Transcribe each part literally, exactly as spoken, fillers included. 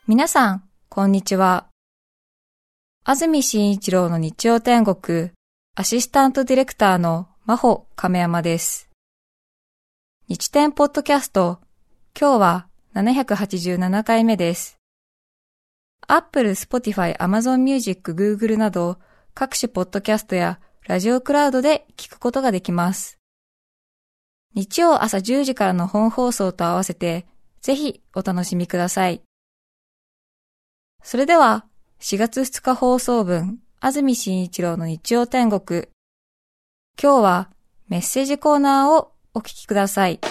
皆さん、こんにちは。安住紳一郎の日曜天国、アシスタントディレクターの真帆亀山です。日天ポッドキャスト、今日はななひゃくはちじゅうななかいめです。Apple、Spotify、Amazon Music、Google など各種ポッドキャストやラジオクラウドで聞くことができます。日曜朝じゅうじからの本放送と合わせて、ぜひお楽しみください。それでは、しがつふつか放送分、安住紳一郎の日曜天国。今日はメッセージコーナーをお聞きください。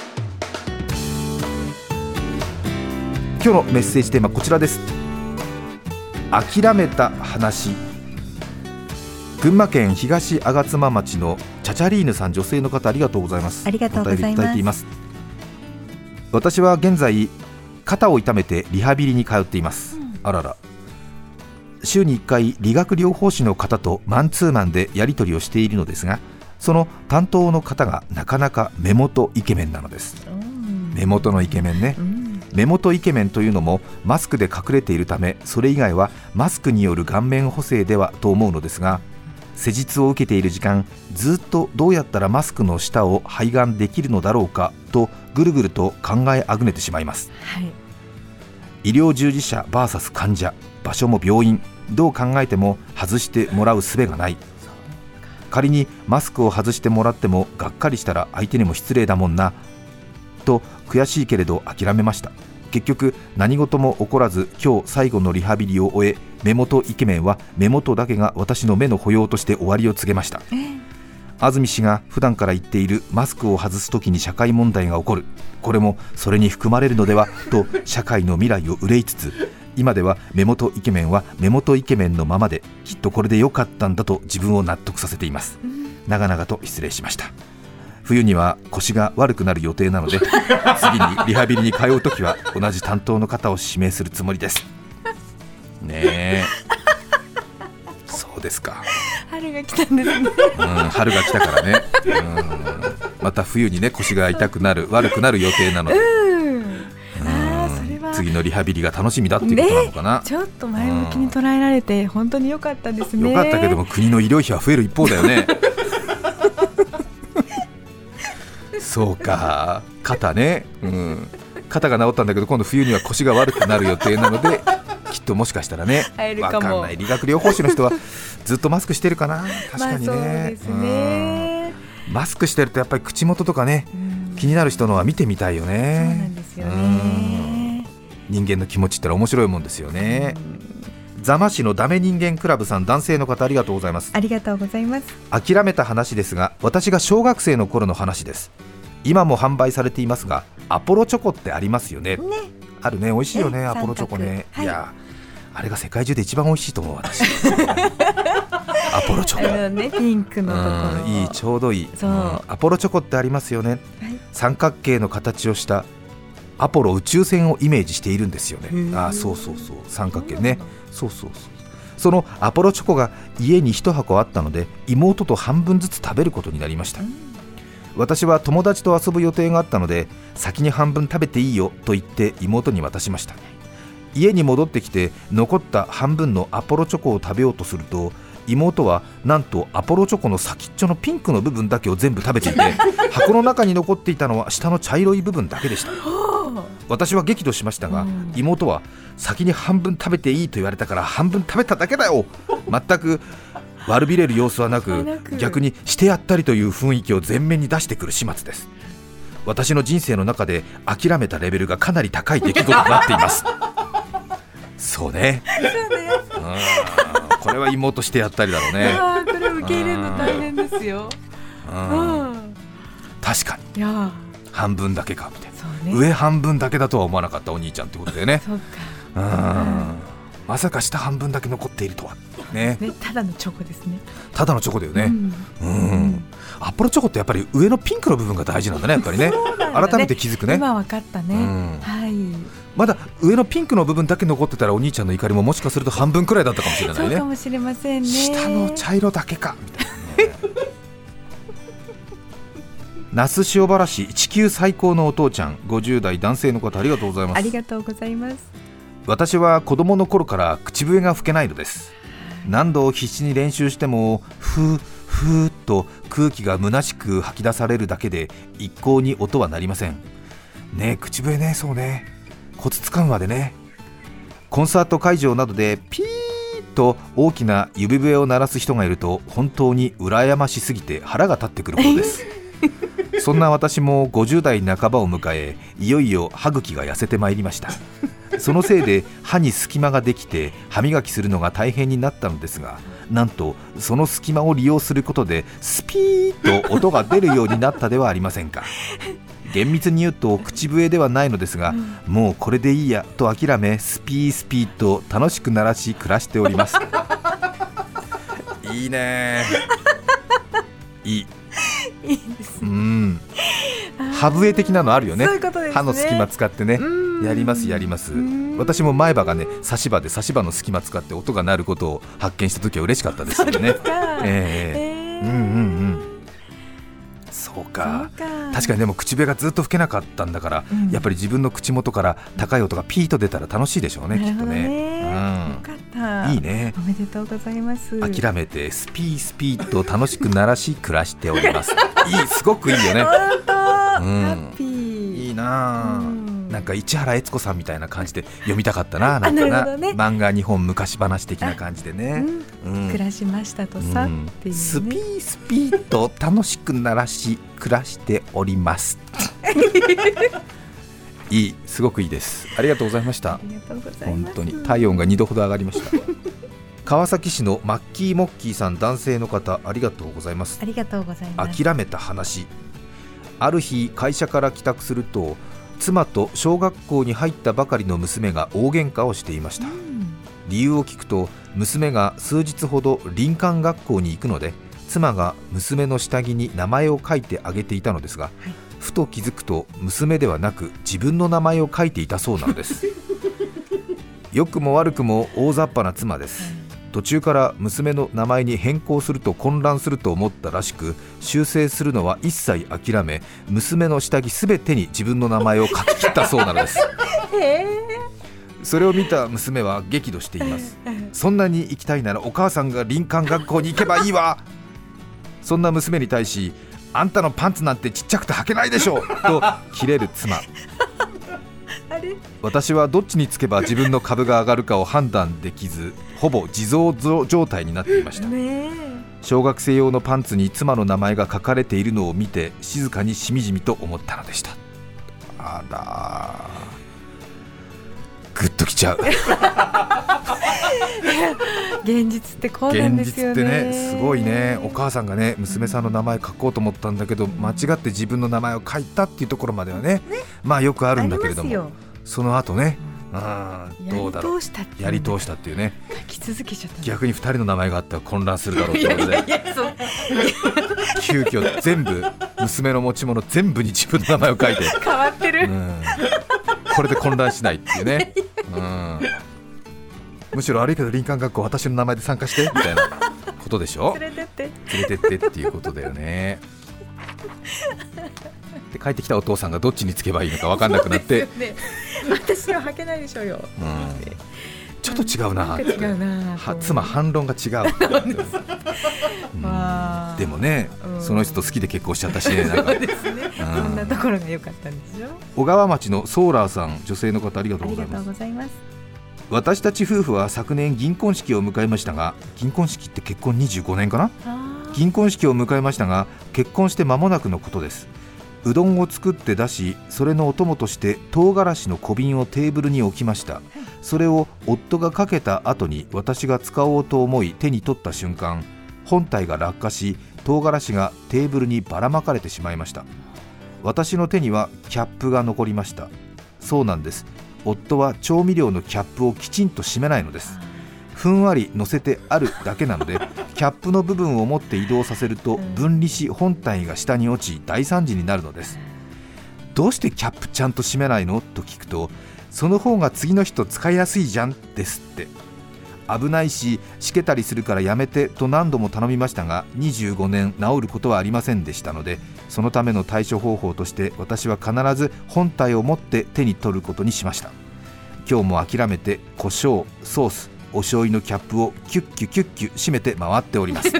今日のメッセージテーマはこちらです。諦めた話。群馬県東吾妻町のチャチャリーヌさん、女性の方、ありがとうございます。 ありがとうございます。お便りいただいています。 私は現在肩を痛めてリハビリに通っています、うん、あらら。週にいっかい理学療法士の方とマンツーマンでやり取りをしているのですが、その担当の方がなかなか目元イケメンなのです、うん、目元のイケメンね、うん、目元イケメンというのもマスクで隠れているため、それ以外はマスクによる顔面補正ではと思うのですが、施術を受けている時間、ずっとどうやったらマスクの下を肺がんできるのだろうかとぐるぐると考えあぐねてしまいます、はい、医療従事者 ブイエス 患者、場所も病院、どう考えても外してもらう術がない。仮にマスクを外してもらってもがっかりしたら相手にも失礼だもんなと悔しいけれど諦めました。結局何事も起こらず、今日最後のリハビリを終え、目元イケメンは目元だけが私の目の保養として終わりを告げました。安住氏が普段から言っているマスクを外すときに社会問題が起こる、これもそれに含まれるのではと社会の未来を憂いつつ、今では目元イケメンは目元イケメンのままで、きっとこれで良かったんだと自分を納得させています。長々と失礼しました。冬には腰が悪くなる予定なので、次にリハビリに通うときは同じ担当の方を指名するつもりですねえ。そうですか。 春が来たんですね、 うん、春が来たからね、うん、また冬にね、腰が痛くなる、悪くなる予定なので、うん、あ、それは次のリハビリが楽しみだっていうことなのかな、 ね、ちょっと前向きに捉えられて本当に良かったですね。 良かったけども、国の医療費は増える一方だよねそうか、肩ね、うん、肩が治ったんだけど、今度冬には腰が悪くなる予定なので、きっともしかしたらね、わかんない。理学療法士の人はずっとマスクしてるかな。確かにね、まあ、そうですね、うん、マスクしてるとやっぱり口元とかね、気になる人のは見てみたいよね。 そうなんですよね。 人間の気持ちってのは面白いもんですよね。座間市のダメ人間クラブさん、男性の方、ありがとうございます。 ありがとうございます。 諦めた話ですが、私が小学生の頃の話です。今も販売されていますが、アポロチョコってありますよ ね, ねあるね、美味しいよね、アポロチョコね、はい、いやあれが世界中で一番美味しいと思う私アポロチョコ、 あの、ね、ピンクのところ、 うん、いい、ちょうどいい、うん、アポロチョコってありますよね、はい、三角形の形をしたアポロ宇宙船をイメージしているんですよね。あ、そうそうそう、三角形ね、そうそうそう。そのアポロチョコが家に一箱あったので、妹と半分ずつ食べることになりました。私は友達と遊ぶ予定があったので、先に半分食べていいよと言って妹に渡しました。家に戻ってきて残った半分のアポロチョコを食べようとすると、妹はなんとアポロチョコの先っちょのピンクの部分だけを全部食べていて、箱の中に残っていたのは下の茶色い部分だけでした。私は激怒しましたが、妹は先に半分食べていいと言われたから半分食べただけだよ、全く悪びれる様子はなく、逆にしてやったりという雰囲気を前面に出してくる始末です。私の人生の中で諦めたレベルがかなり高い出来事となっていますそうね、うん、これは妹してやったりだろうね。 あ、これ受け入れるの大変ですよ、うんうん、 確かに、いや半分だけかみたいな、 ね、 上半分だけだとは思わなかったお兄ちゃんってことだよね。 そうか、 うん、うん、まさか下半分だけ残っているとは ね, ね、ただのチョコですね。 ただのチョコだよね、うんうんうん、アポロチョコってやっぱり上のピンクの部分が大事なんだね、やっぱり ね, ね改めて気づくね。 今分かったね、うん、はい。 まだ上のピンクの部分だけ残ってたら、お兄ちゃんの怒りももしかすると半分くらいだったかもしれないね。 そうかもしれませんね。 下の茶色だけかみたいな、ね、那須塩原市地球最高のお父ちゃん、ごじゅう代男性の方、ありがとうございます。 ありがとうございます。 私は子供の頃から口笛が吹けないのです。何度必死に練習してもふーふーっと空気が虚しく吐き出されるだけで一向に音は鳴りませんね。え口笛ね、そうね、コツつかむまでね。コンサート会場などでピーッと大きな指笛を鳴らす人がいると本当に羨ましすぎて腹が立ってくるほどですそんな私もごじゅう代半ばを迎え、いよいよ歯茎が痩せてまいりました。そのせいで歯に隙間ができて歯磨きするのが大変になったのですが、なんとその隙間を利用することでスピーッと音が出るようになったではありませんか。厳密に言うと口笛ではないのですが、うん、もうこれでいいやと諦め、スピースピーと楽しく鳴らし暮らしておりますいいねいいいいですね。 うん、歯笛的なのあるよね。 そういうことですね。 歯の隙間使ってね、やりますやります。私も前歯がね、差し歯で差し歯の隙間使って音が鳴ることを発見したときは嬉しかったですよね。えー、えー、うんうんうん。そうか、そうか。確かにでも口笛がずっと吹けなかったんだから、うん、やっぱり自分の口元から高い音がピーと出たら楽しいでしょうね、きっとね。うん、よかった。いいね。 おめでとうございます。 諦めてスピースピーと楽しく鳴らし暮らしております。いい、すごくいいよね。 本当、うん、ハッピー。 いいな、うん、なんか市原悦子さんみたいな感じで読みたかったな、なんかな、ね、漫画日本昔話的な感じでね、 うんうん、暮らしましたとさ、うん、っていうね、 スピースピーと楽しく鳴らし暮らしておりますいい、すごくいいです。ありがとうございました。 ありがとうございます。 本当に体温がにどほど上がりました川崎市のマッキーモッキーさん、男性の方、ありがとうございます。 ありがとうございます。 諦めた話。ある日会社から帰宅すると、妻と小学校に入ったばかりの娘が大喧嘩をしていました、うん、理由を聞くと、娘が数日ほど林間学校に行くので、妻が娘の下着に名前を書いてあげていたのですが、はい、ふと気づくと娘ではなく自分の名前を書いていたそうなのです良くも悪くも大雑把な妻です、はい。途中から娘の名前に変更すると混乱すると思ったらしく、修正するのは一切諦め、娘の下着すべてに自分の名前を書き切ったそうなのですそれを見た娘は激怒しています。そんなに行きたいならお母さんが林間学校に行けばいいわそんな娘に対し、あんたのパンツなんてちっちゃくて履けないでしょと切れる妻あれ、 私はどっちにつけば自分の株が上がるかを判断できず、ほぼ自増状態になっていました、ね、小学生用のパンツに妻の名前が書かれているのを見て、静かにしみじみと思ったのでした。あら、グッときちゃう現実ってこうなんですよね。 現実ってね、すごいね。お母さんがね、娘さんの名前書こうと思ったんだけど、間違って自分の名前を書いたっていうところまでは ね, ねまあよくあるんだけれども、その後ね、あ、どうだろう、やり通したっていうね、 書き続けちゃった。 逆にふたりの名前があったら混乱するだろうということで急遽全部、娘の持ち物全部に自分の名前を書いて変わってる、うん、 これで混乱しないっていうね、うん、むしろ悪いけど林間学校私の名前で参加してみたいなことでしょ。 連れてって連れてってっていうことだよねで、帰ってきたお父さんがどっちにつけばいいのか分かんなくなって、 ね、私は履けないでしょうよ、うん、 ちょっと違うな、 違うな、 妻反論が違ううん、でもね、うん、その人好きで結婚しちゃったしね、なんかそうですね、うん、 そんなところが良かったんでしょ。 小川町のソーラーさん、女性の方、ありがとうございます。 ありがとうございます。 私たち夫婦は昨年銀婚式を迎えましたが、銀婚式って結婚にじゅうごねんかな。銀婚式を迎えましたが、結婚して間もなくのことです。うどんを作って出し、それのお供として唐辛子の小瓶をテーブルに置きました。それを夫がかけた後に私が使おうと思い手に取った瞬間、本体が落下し、唐辛子がテーブルにばらまかれてしまいました。私の手にはキャップが残りました。そうなんです、夫は調味料のキャップをきちんと閉めないのです。ふんわり乗せてあるだけなので、キャップの部分を持って移動させると分離し、本体が下に落ち大惨事になるのです。どうしてキャップちゃんと閉めないのと聞くと、その方が次の人使いやすいじゃんですって。危ないししけたりするからやめてと何度も頼みましたが、にじゅうごねん治ることはありませんでしたので、そのための対処方法として私は必ず本体を持って手に取ることにしました。 今日も諦めて胡椒、ソース、お醤油のキャップをキュッキュキュッキュ閉めて回っております本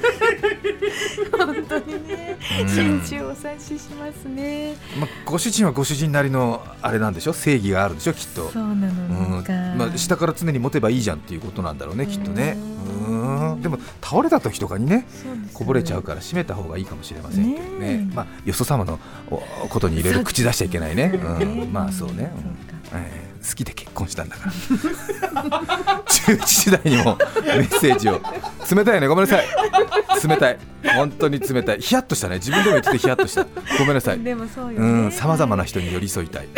当にね、心中お察ししますね、 まあ、ご主人はご主人なりのあれなんでしょ、正義があるんでしょきっと。 そうなのか、 うん、まあ、下から常に持てばいいじゃんっていうことなんだろうねきっとね。うーん、でも倒れた時とかにねこぼれちゃうから閉めた方がいいかもしれませんけど ね, ね、まあ、よそ様のことにいろいろ口出しちゃいけないね。うん、まあそうね、うん、えー、好きで結婚したんだからじゅういちじ台にもメッセージを。冷たいね、ごめんなさい、冷たい、本当に冷たい、ヒヤッとしたね、自分でも言っててヒヤッとした、ごめんなさい。 でもそうよね、 さまざまな人に寄り添いたい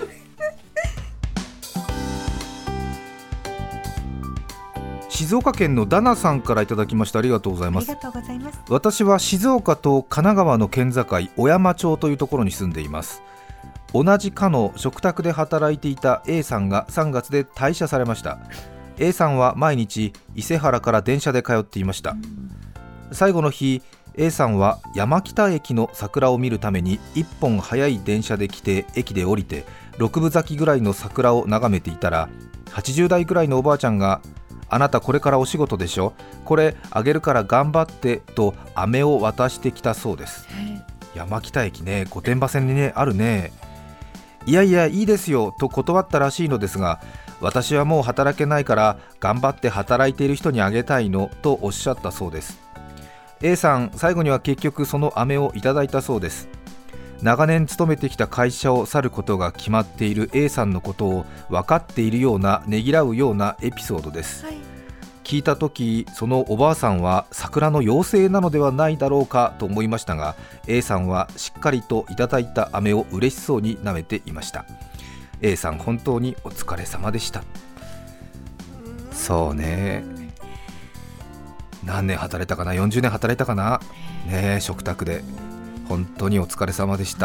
静岡県のダナさんからいただきました。ありがとうございます。 ありがとうございます。 私は静岡と神奈川の県境小山町というところに住んでいます。同じ課の食卓で働いていた A さんがさんがつで退社されました。 A さんは毎日伊勢原から電車で通っていました。最後の日、 A さんは山北駅の桜を見るためにいっぽん早い電車で来て駅で降りてろくぶ咲きぐらいの桜を眺めていたら、はちじゅう代ぐらいのおばあちゃんが、あなたこれからお仕事でしょ、これあげるから頑張ってと飴を渡してきたそうです。山北駅ね、御殿場線にねあるね。いやいやいいですよと断ったらしいのですが、私はもう働けないから頑張って働いている人にあげたいのとおっしゃったそうです。 A さん、最後には結局その飴をいただいたそうです。長年勤めてきた会社を去ることが決まっている A さんのことを分かっているような、ねぎらうようなエピソードです、はい、聞いたとき、そのおばあさんは桜の妖精なのではないだろうかと思いましたが、 A さんはしっかりといただいた飴を嬉しそうに舐めていました。 A さん、本当にお疲れ様でした。そうね、何年働いたかな、よんじゅうねん働いたかな、ね、食卓で本当にお疲れ様でした。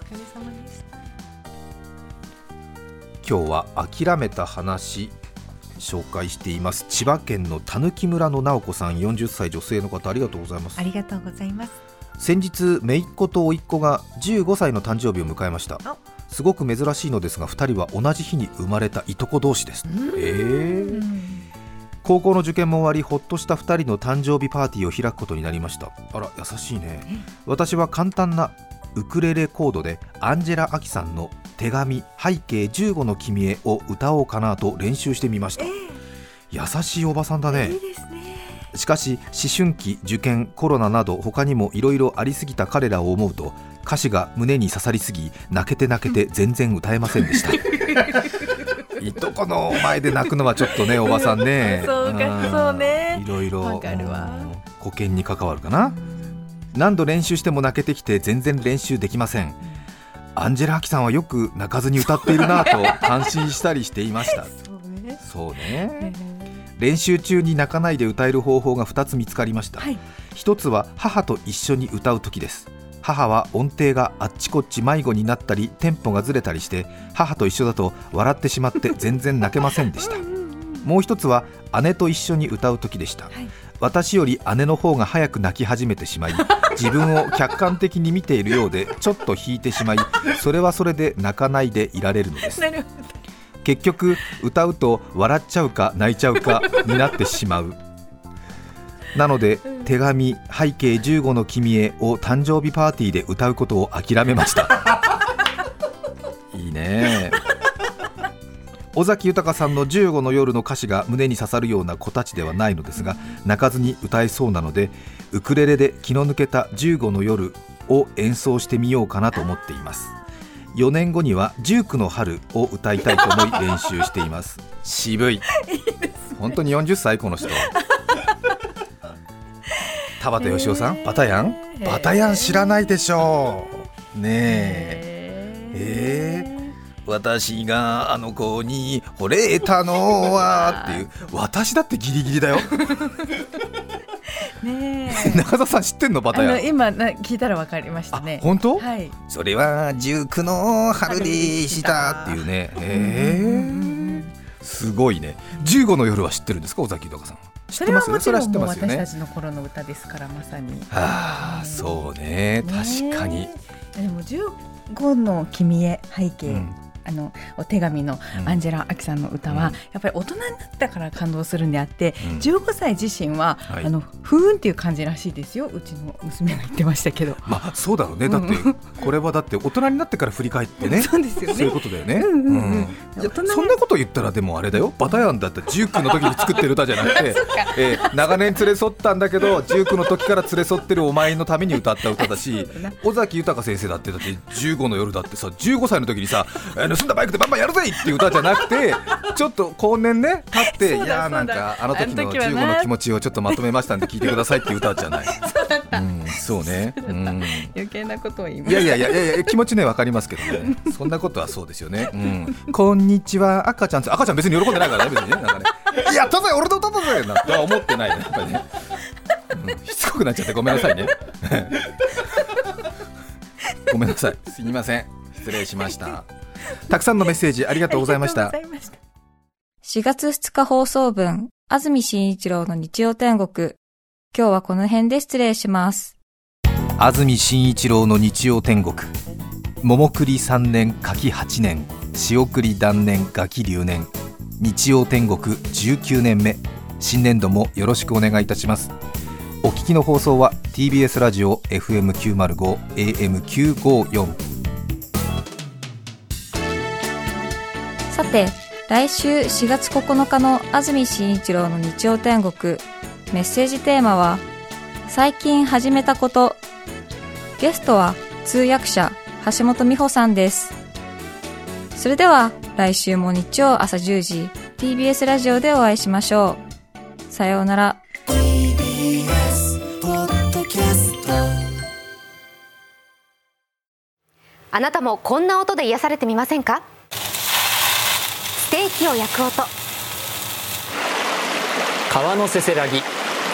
今日は諦めた話紹介しています。千葉県のたぬき村の直子さん、よんじゅっさい女性の方、ありがとうございます。 ありがとうございます。 先日、姪っ子と甥っ子がじゅうごさいの誕生日を迎えました。すごく珍しいのですが、ふたりは同じ日に生まれたいとこ同士です。えー、高校の受験も終わり、ほっとしたふたりの誕生日パーティーを開くことになりました。あら、優しいね。私は簡単なウクレレコードでアンジェラ・アキさんの手紙背景じゅうごの君へを歌おうかなと練習してみました。えー、優しいおばさんだね。いいですね。しかし思春期、受験、コロナなど他にもいろいろありすぎた彼らを思うと、歌詞が胸に刺さりすぎ、泣けて泣けて全然歌えませんでしたいとこの前で泣くのはちょっとね、おばさんね。 そうか、そうね。 いろいろわかるわ。 保険に関わるかな。何度練習しても泣けてきて全然練習できません。アンジェラ・アキさんはよく泣かずに歌っているなと感心したりしていましたそうね、そうね。練習中に泣かないで歌える方法がふたつ見つかりました。はい、ひとつは母と一緒に歌うときです。母は音程があっちこっち迷子になったりテンポがずれたりして、母と一緒だと笑ってしまって全然泣けませんでしたもう一つは姉と一緒に歌う時でした。はい、私より姉の方が早く泣き始めてしまい、自分を客観的に見ているようでちょっと引いてしまい、それはそれで泣かないでいられるのです。なるほど。結局歌うと笑っちゃうか泣いちゃうかになってしまう。なので、うん、手紙背景じゅうごの君へを誕生日パーティーで歌うことを諦めましたいいね。尾崎豊さんのじゅうごの夜の歌詞が胸に刺さるような子たちではないのですが、泣かずに歌えそうなので、ウクレレで気の抜けたじゅうごの夜を演奏してみようかなと思っています。よねんごにはじゅうくの春を歌いたいと思い練習しています渋い。いいですね。本当によんじゅっさいこの人。田畑義雄さん、バタヤンバタヤン知らないでしょうねえ。えー私があの子に惚れたのはっていう、私だってギリギリだよねえ中田さん知ってんの？バタヤン。あの今な聞いたら分かりましたね。 本当？ はい。 それはじゅうくの春でしたっていうね。えー、すごいね。じゅうごの夜は知ってるんですか、尾崎豊さん？知ってます？ それはもちろんもう私たちの頃の歌ですから、まさに。 ああ、そうね、確かに。 でもじゅうごの君へ背景、うん、 あのお手紙のアンジェラ・アキさんの歌は、うん、やっぱり大人になったから感動するんであって、うん、じゅうごさい自身は、はい、あのふーんっていう感じらしいですよ。うちの娘が言ってましたけど、 まあ、そうだろうね。だってこれはだって大人になってから振り返ってねそうですよね。 そういうことだよね、うんうんうん、いやそんなこと言ったらでもあれだよ、バタヤンだったらじゅうきゅうの時に作ってる歌じゃなくてえー、長年連れ添ったんだけどじゅうきゅうの時から連れ添ってるお前のために歌った歌だし尾崎豊先生だってだってじゅうごの夜だってさじゅうごさいの時にさ、えー、盗んだバイクでバンバンやるぜっていう歌じゃなくてちょっと後年ね経っていやなんかあの時のじゅうごの気持ちをちょっとまとめましたんで聞いてくださいっていう歌じゃないうん、そうね、うん、 余計なことを言いました。 いやいやいやいや気持ちね分かりますけどねそんなことはそうですよね、うん、こんにちは赤ちゃん赤ちゃん別に喜んでないからね別にねなんかねやったぜ俺の歌だぜなんて思ってないねやっぱりね、うん、しつこくなっちゃってごめんなさいねごめんなさいすみません失礼しました。たくさんのメッセージありがとうございました。 しがつふつか放送分安住紳一郎の日曜天国、今日はこの辺で失礼します。 安住紳一郎の日曜天国、桃栗さんねん柿はちねん仕送り断念ガキ留年、日曜天国じゅうきゅうねんめ、新年度もよろしくお願いいたします。お聞きの放送は ティービーエス ラジオ エフエムきゅうまるご エーエムきゅうごよん。 さて来週しがつここのかの安住紳一郎の日曜天国、メッセージテーマは最近始めたこと。ゲストは通訳者橋本美穂さんです。それでは来週も日曜朝じゅうじ ティービーエス ラジオでお会いしましょう。さようなら。 ティービーエス ポッドキャスト。 あなたもこんな音で癒されてみませんか？ステーキを焼く音、 川のせせらぎ、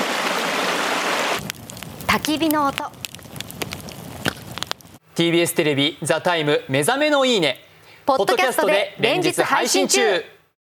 焚き火の音。 ティービーエス テレビザタイム目覚めのいいねポッドキャストで連日配信中。